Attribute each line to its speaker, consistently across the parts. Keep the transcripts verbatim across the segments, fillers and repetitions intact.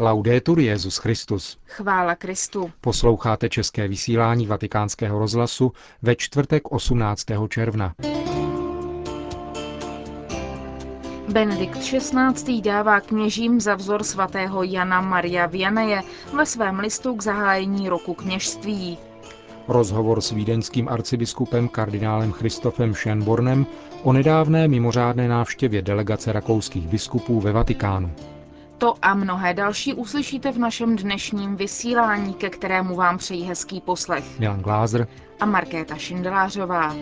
Speaker 1: Laudetur Jesus Christus.
Speaker 2: Chvála Kristu.
Speaker 1: Posloucháte české vysílání Vatikánského rozhlasu ve čtvrtek osmnáctého června.
Speaker 2: Benedikt šestnáctý. dává kněžím za vzor svatého Jana Maria Vianeje ve svém listu k zahájení roku kněžství.
Speaker 1: Rozhovor s vídeňským arcibiskupem kardinálem Christophem Schönbornem o nedávné mimořádné návštěvě delegace rakouských biskupů ve Vatikánu.
Speaker 2: To a mnohé další uslyšíte v našem dnešním vysílání, ke kterému vám přejí hezký poslech
Speaker 1: Milan Glázer
Speaker 2: a Markéta Šindelářová.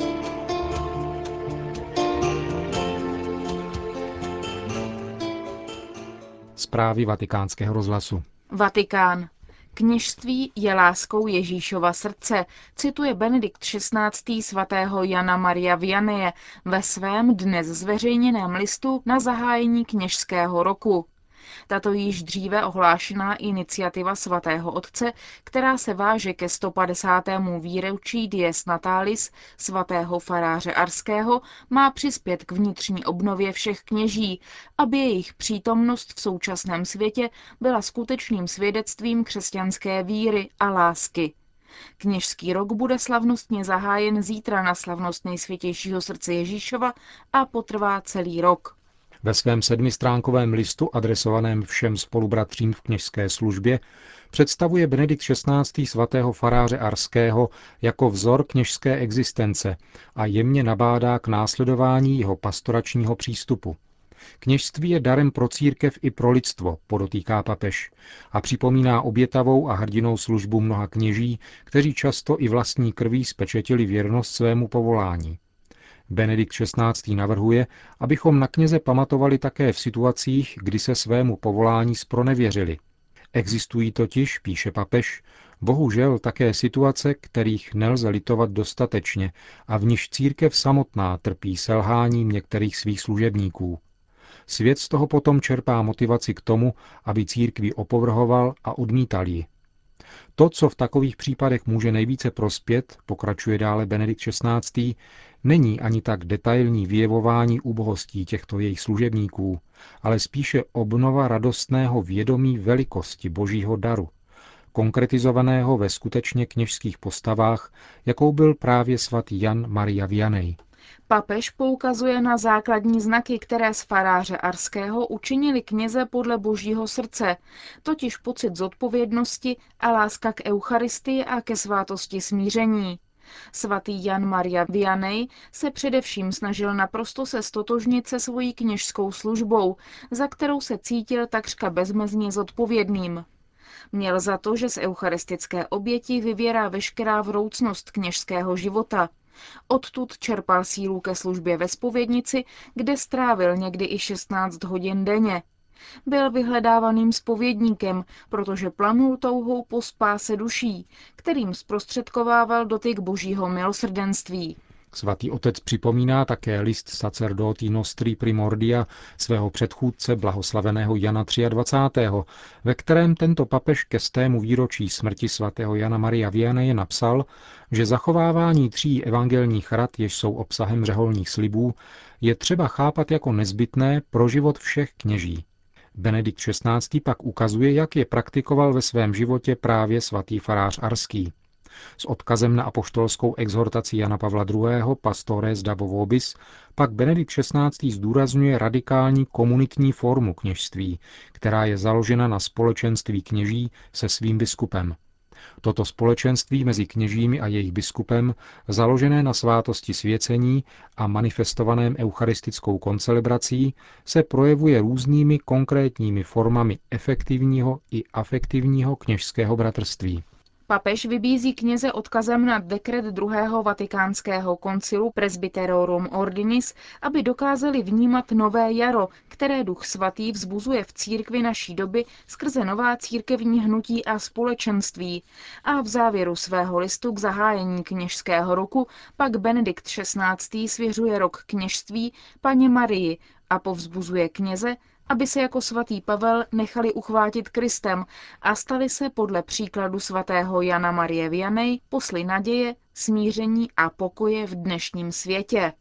Speaker 1: Zprávy Vatikánského rozhlasu.
Speaker 2: Vatikán. Kněžství je láskou Ježíšova srdce, cituje Benedikt šestnáctý. svatého Jana Maria Vianeje ve svém dnes zveřejněném listu na zahájení kněžského roku. Tato již dříve ohlášená iniciativa svatého otce, která se váže ke sto padesátému výročí Dies Natalis svatého faráře Arského, má přispět k vnitřní obnově všech kněží, aby jejich přítomnost v současném světě byla skutečným svědectvím křesťanské víry a lásky. Kněžský rok bude slavnostně zahájen zítra na slavnost Nejsvětějšího srdce Ježíšova a potrvá celý rok.
Speaker 1: Ve svém sedmistránkovém listu adresovaném všem spolubratřím v kněžské službě představuje Benedikt šestnáctý. Svatého faráře Arského jako vzor kněžské existence a jemně nabádá k následování jeho pastoračního přístupu. Kněžství je darem pro církev i pro lidstvo, podotýká papež, a připomíná obětavou a hrdinou službu mnoha kněží, kteří často i vlastní krví spečetili věrnost svému povolání. Benedikt šestnáctý. navrhuje, abychom na kněze pamatovali také v situacích, kdy se svému povolání zpronevěřili. Existují totiž, píše papež, bohužel také situace, kterých nelze litovat dostatečně a v nichž církev samotná trpí selháním některých svých služebníků. Svět z toho potom čerpá motivaci k tomu, aby církvi opovrhoval a odmítal ji. To, co v takových případech může nejvíce prospět, pokračuje dále Benedikt šestnáctý., není ani tak detailní vyjevování ubohostí těchto jejich služebníků, ale spíše obnova radostného vědomí velikosti božího daru, konkretizovaného ve skutečně kněžských postavách, jakou byl právě svatý Jan Maria Vianney.
Speaker 2: Papež poukazuje na základní znaky, které z faráře Arského učinili kněze podle božího srdce, totiž pocit zodpovědnosti a láska k Eucharistii a ke svátosti smíření. Svatý Jan Maria Vianney se především snažil naprosto se stotožnit se svojí kněžskou službou, za kterou se cítil takřka bezmezně zodpovědným. Měl za to, že z eucharistické oběti vyvěrá veškerá vroucnost kněžského života. Odtud čerpal sílu ke službě ve zpovědnici, kde strávil někdy i šestnáct hodin denně. Byl vyhledávaným zpovědníkem, protože planul touhou po spáse duší, kterým zprostředkovával dotyk božího milosrdenství.
Speaker 1: Svatý otec připomíná také list Sacerdoti Nostri Primordia svého předchůdce blahoslaveného Jana dvacátého třetího ve kterém tento papež ke stému výročí smrti svatého Jana Maria Vianneje napsal, že zachovávání tří evangelních rad, jež jsou obsahem řeholních slibů, je třeba chápat jako nezbytné pro život všech kněží. Benedikt šestnáctý. pak ukazuje, jak je praktikoval ve svém životě právě svatý farář Arský. S odkazem na apoštolskou exhortaci Jana Pavla druhého. Pastores Dabo vobis pak Benedikt šestnáctý. zdůrazňuje radikální komunitní formu kněžství, která je založena na společenství kněží se svým biskupem. Toto společenství mezi kněžími a jejich biskupem, založené na svátosti svěcení a manifestovaném eucharistickou koncelebrací, se projevuje různými konkrétními formami efektivního i afektivního kněžského bratrství.
Speaker 2: Papež vybízí kněze odkazem na dekret druhého vatikánského koncilu Presbyterorum Ordinis, aby dokázali vnímat nové jaro, které Duch Svatý vzbuzuje v církvi naší doby skrze nová církevní hnutí a společenství. A v závěru svého listu k zahájení kněžského roku pak Benedikt šestnáctý. svěřuje rok kněžství Panně Marii a povzbuzuje kněze, aby se jako svatý Pavel nechali uchvátit Kristem a stali se podle příkladu svatého Jana Marie Vianney posly naděje, smíření a pokoje v dnešním světě.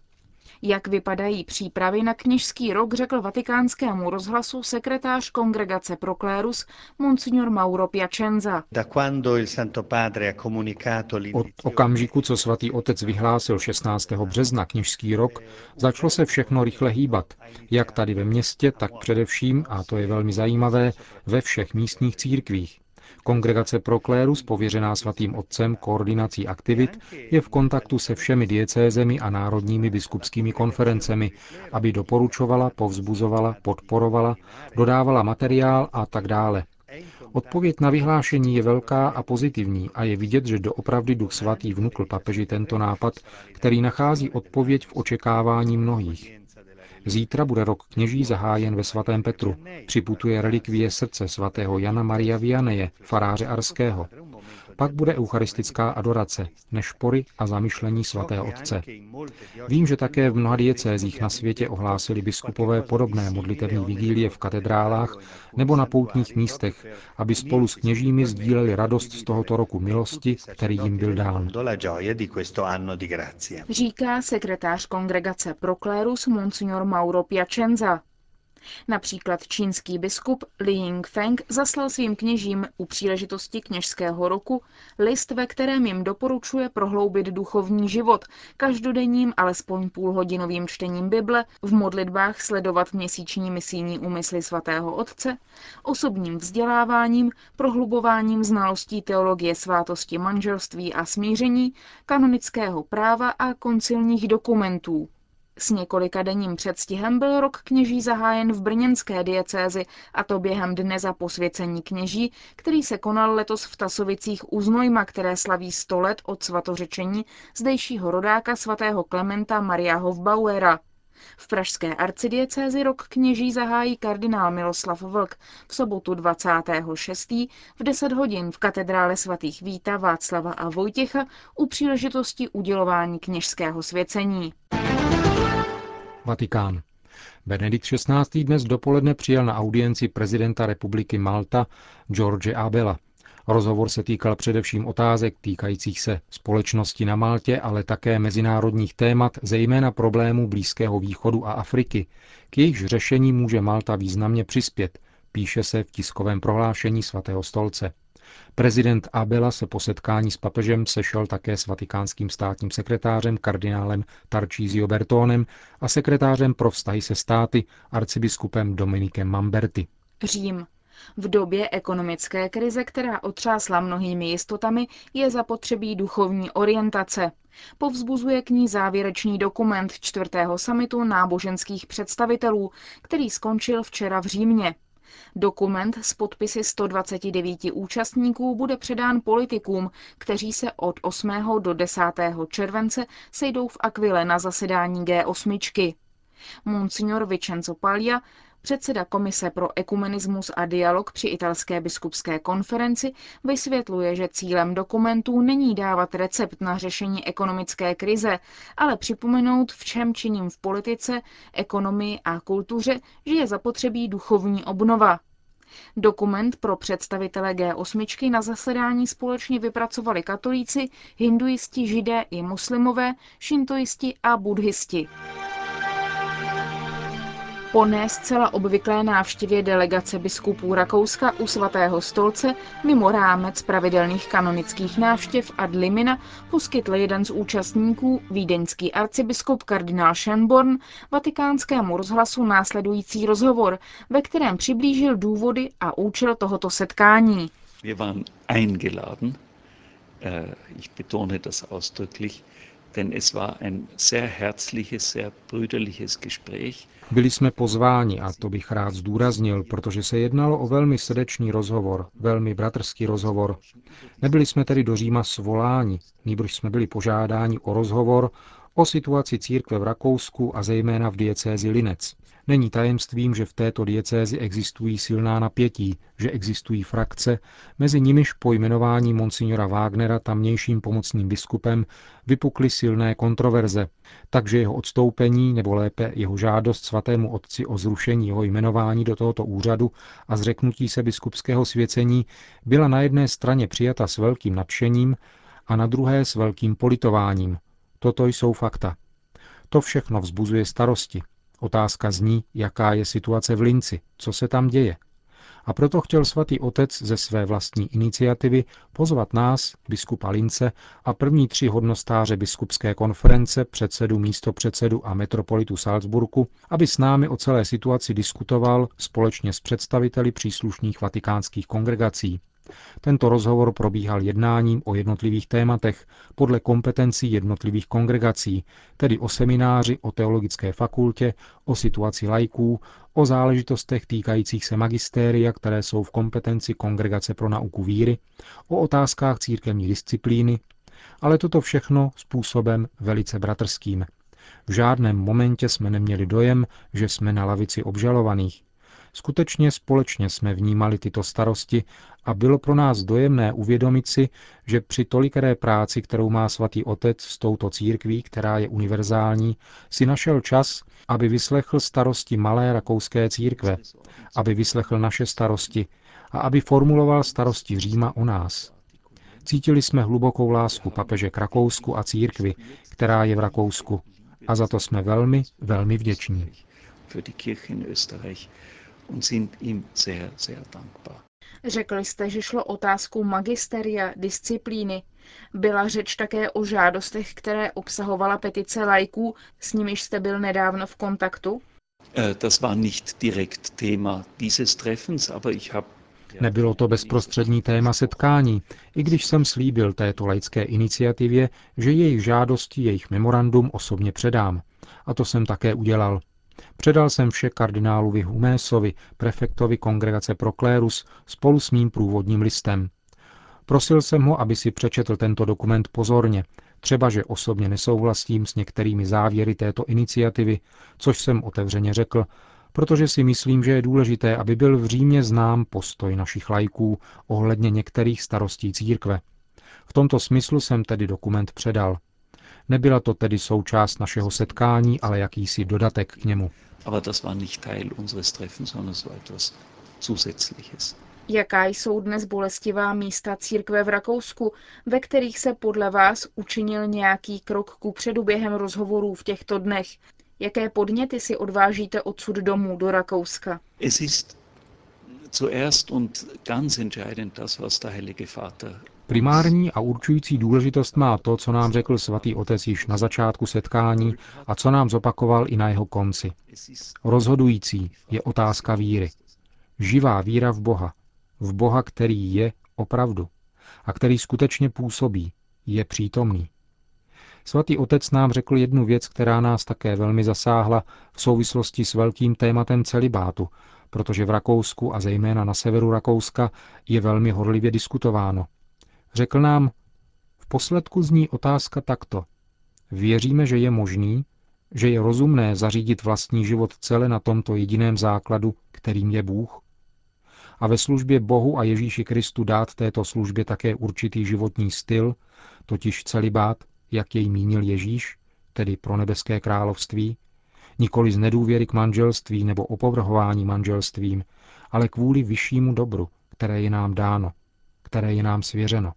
Speaker 2: Jak vypadají přípravy na kněžský rok, řekl Vatikánskému rozhlasu sekretář Kongregace pro klérus Monsignor Mauro Piacenza.
Speaker 1: Od okamžiku, co svatý otec vyhlásil šestnáctého března kněžský rok, začalo se všechno rychle hýbat, jak tady ve městě, tak především, a to je velmi zajímavé, ve všech místních církvích. Kongregace pro klérus, pověřená svatým otcem koordinací aktivit, je v kontaktu se všemi diecézemi a národními biskupskými konferencemi, aby doporučovala, povzbuzovala, podporovala, dodávala materiál a tak dále. Odpověď na vyhlášení je velká a pozitivní a je vidět, že doopravdy Duch Svatý vnukl papeži tento nápad, který nachází odpověď v očekávání mnohých. Zítra bude rok kněží zahájen ve svatém Petru. Připutuje relikvie srdce svatého Jana Maria Vianeje, faráře arského. Pak bude eucharistická adorace, nešpory a zamyšlení svatého otce. Vím, že také v mnoha diecézích na světě ohlásili biskupové podobné modlitevní vigílie v katedrálách nebo na poutních místech, aby spolu s kněžími sdíleli radost z tohoto roku milosti, který jim byl dán.
Speaker 2: Říká sekretář Kongregace pro klérus Monsignor Mauro Piacenza. Například čínský biskup Li Yingfeng zaslal svým kněžím u příležitosti kněžského roku list, ve kterém jim doporučuje prohloubit duchovní život každodenním alespoň půlhodinovým čtením Bible, v modlitbách sledovat měsíční misijní úmysly svatého otce, osobním vzděláváním, prohlubováním znalostí teologie svátosti manželství a smíření, kanonického práva a koncilních dokumentů. S několika denním předstihem byl rok kněží zahájen v brněnské diecézi, a to během dne za posvěcení kněží, který se konal letos v Tasovicích u Znojma, které slaví sto let od svatořečení zdejšího rodáka svatého Klementa Maria Hofbauera. V pražské arcidiecézi rok kněží zahájí kardinál Miloslav Vlk v sobotu dvacátého šestého v deset hodin v katedrále svatých Víta, Václava a Vojtěcha u příležitosti udělování kněžského svěcení.
Speaker 1: Vatikán. Benedikt šestnáctý dnes dopoledne přijel na audienci prezidenta republiky Malta George Abela. Rozhovor se týkal především otázek týkajících se společnosti na Maltě, ale také mezinárodních témat, zejména problémů Blízkého východu a Afriky. K jejichž řešení může Malta významně přispět, píše se v tiskovém prohlášení svatého stolce. Prezident Abela se po setkání s papežem sešel také s vatikánským státním sekretářem kardinálem Tarcísio Bertónem a sekretářem pro vztahy se státy arcibiskupem Dominikem Mamberti.
Speaker 2: Řím. V době ekonomické krize, která otřásla mnohými jistotami, je zapotřebí duchovní orientace. Povzbuzuje k ní závěrečný dokument čtvrtého summitu náboženských představitelů, který skončil včera v Římě. Dokument s podpisy sto dvacet devět účastníků bude předán politikům, kteří se od osmého do desátého července sejdou v Aquile na zasedání G osm. Monsignor Vincenzo Paglia, předseda Komise pro ekumenismus a dialog při italské biskupské konferenci, vysvětluje, že cílem dokumentů není dávat recept na řešení ekonomické krize, ale připomenout, v čem činím v politice, ekonomii a kultuře, že je zapotřebí duchovní obnova. Dokument pro představitele G osm na zasedání společně vypracovali katolíci, hinduisti, židé i muslimové, šintoisti a buddhisti. Po ne zcela obvyklé návštěvě delegace biskupů Rakouska u svatého stolce mimo rámec pravidelných kanonických návštěv ad limina poskytl jeden z účastníků, vídeňský arcibiskup kardinál Schönborn, Vatikánskému rozhlasu následující rozhovor, ve kterém přiblížil důvody a účel tohoto setkání.
Speaker 3: Wir waren eingeladen, ich betone das ausdrücklich, denn es war ein sehr herzliches, sehr brüderliches Gespräch.
Speaker 1: Byli jsme pozváni a to bych rád zdůraznil, protože se jednalo o velmi srdečný rozhovor, velmi bratrský rozhovor. Nebyli jsme tedy do Říma svoláni, nýbrž jsme byli požádáni o rozhovor o situaci církve v Rakousku a zejména v diecézi Linec. Není tajemstvím, že v této diecézi existují silná napětí, že existují frakce, mezi nimiž po jmenování monsignora Wagnera tamnějším pomocným biskupem vypukly silné kontroverze, takže jeho odstoupení, nebo lépe jeho žádost svatému otci o zrušení jeho jmenování do tohoto úřadu a zřeknutí se biskupského svěcení byla na jedné straně přijata s velkým nadšením a na druhé s velkým politováním. Toto jsou fakta. To všechno vzbuzuje starosti. Otázka zní, jaká je situace v Linci, co se tam děje. A proto chtěl svatý otec ze své vlastní iniciativy pozvat nás, biskupa Lince a první tři hodnostáře biskupské konference, předsedu, místopředsedu a metropolitu Salzburgu, aby s námi o celé situaci diskutoval společně s představiteli příslušných vatikánských kongregací. Tento rozhovor probíhal jednáním o jednotlivých tématech podle kompetencí jednotlivých kongregací, tedy o semináři o teologické fakultě, o situaci laiků, o záležitostech týkajících se magistéria, které jsou v kompetenci Kongregace pro nauku víry, o otázkách církevní disciplíny, ale toto všechno způsobem velice bratrským. V žádném momentě jsme neměli dojem, že jsme na lavici obžalovaných. Skutečně společně jsme vnímali tyto starosti a bylo pro nás dojemné uvědomit si, že při tolikeré práci, kterou má svatý otec s touto církví, která je univerzální, si našel čas, aby vyslechl starosti malé rakouské církve, aby vyslechl naše starosti a aby formuloval starosti Říma o nás. Cítili jsme hlubokou lásku papeže k Rakousku a církvi, která je v Rakousku, a za to jsme velmi, velmi vděční.
Speaker 2: Řekl jste, že šlo otázku magisteria, disciplíny. Byla řeč také o žádostech, které obsahovala petice laiků, s nimiž jste byl nedávno v kontaktu?
Speaker 1: Nebylo to bezprostřední téma setkání, i když jsem slíbil této laické iniciativě, že jejich žádosti, jejich memorandum osobně předám. A to jsem také udělal. Předal jsem vše kardinálovi Humésovi, prefektovi Kongregace pro klérus, spolu s mým průvodním listem. Prosil jsem ho, aby si přečetl tento dokument pozorně, třeba že osobně nesouhlasím s některými závěry této iniciativy, což jsem otevřeně řekl, protože si myslím, že je důležité, aby byl v Římě znám postoj našich laiků ohledně některých starostí církve. V tomto smyslu jsem tedy dokument předal. Nebyla to tedy součást našeho setkání, ale jakýsi dodatek k němu.
Speaker 2: Jaká jsou dnes bolestivá místa církve v Rakousku, ve kterých se podle vás učinil nějaký krok kupředu během rozhovorů v těchto dnech? Jaké podněty si odvážíte odsud domů do Rakouska?
Speaker 1: Primární a určující důležitost má to, co nám řekl svatý otec již na začátku setkání a co nám zopakoval i na jeho konci. Rozhodující je otázka víry. Živá víra v Boha. V Boha, který je opravdu a který skutečně působí, je přítomný. Svatý otec nám řekl jednu věc, která nás také velmi zasáhla v souvislosti s velkým tématem celibátu, protože v Rakousku a zejména na severu Rakouska je velmi horlivě diskutováno. Řekl nám, v posledku zní otázka takto. Věříme, že je možný, že je rozumné zařídit vlastní život celé na tomto jediném základu, kterým je Bůh? A ve službě Bohu a Ježíši Kristu dát této službě také určitý životní styl, totiž celibát, jak jej mínil Ježíš, tedy pro nebeské království, nikoli z nedůvěry k manželství nebo opovrhování manželstvím, ale kvůli vyššímu dobru, které je nám dáno, které je nám svěřeno.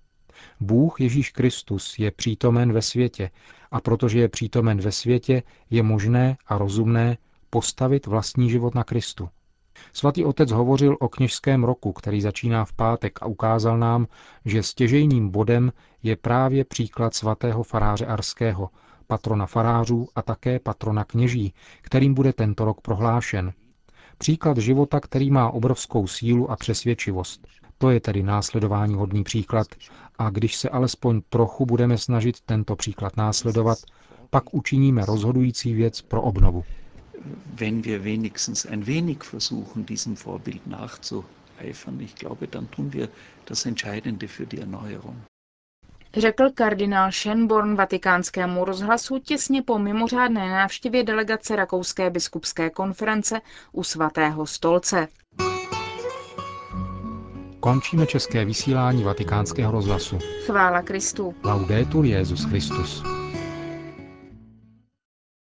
Speaker 1: Bůh Ježíš Kristus je přítomen ve světě a protože je přítomen ve světě, je možné a rozumné postavit vlastní život na Kristu. Svatý otec hovořil o kněžském roku, který začíná v pátek a ukázal nám, že stěžejním bodem je právě příklad svatého faráře Arského, patrona farářů a také patrona kněží, kterým bude tento rok prohlášen. Příklad života, který má obrovskou sílu a přesvědčivost. To je tedy následování hodný příklad a když se alespoň trochu budeme snažit tento příklad následovat, pak učiníme rozhodující věc pro obnovu.
Speaker 3: Wenn wir wenigstens ein wenig versuchen, diesem Vorbild nachzueifern, ich glaube, dann tun wir das Entscheidende für die Erneuerung.
Speaker 2: Řekl kardinál Schönborn Vatikánskému rozhlasu těsně po mimořádné návštěvě delegace Rakouské biskupské konference u svatého stolce.
Speaker 1: Končíme české vysílání Vatikánského rozhlasu.
Speaker 2: Chvála Kristu.
Speaker 1: Laudetur Jesus Christus.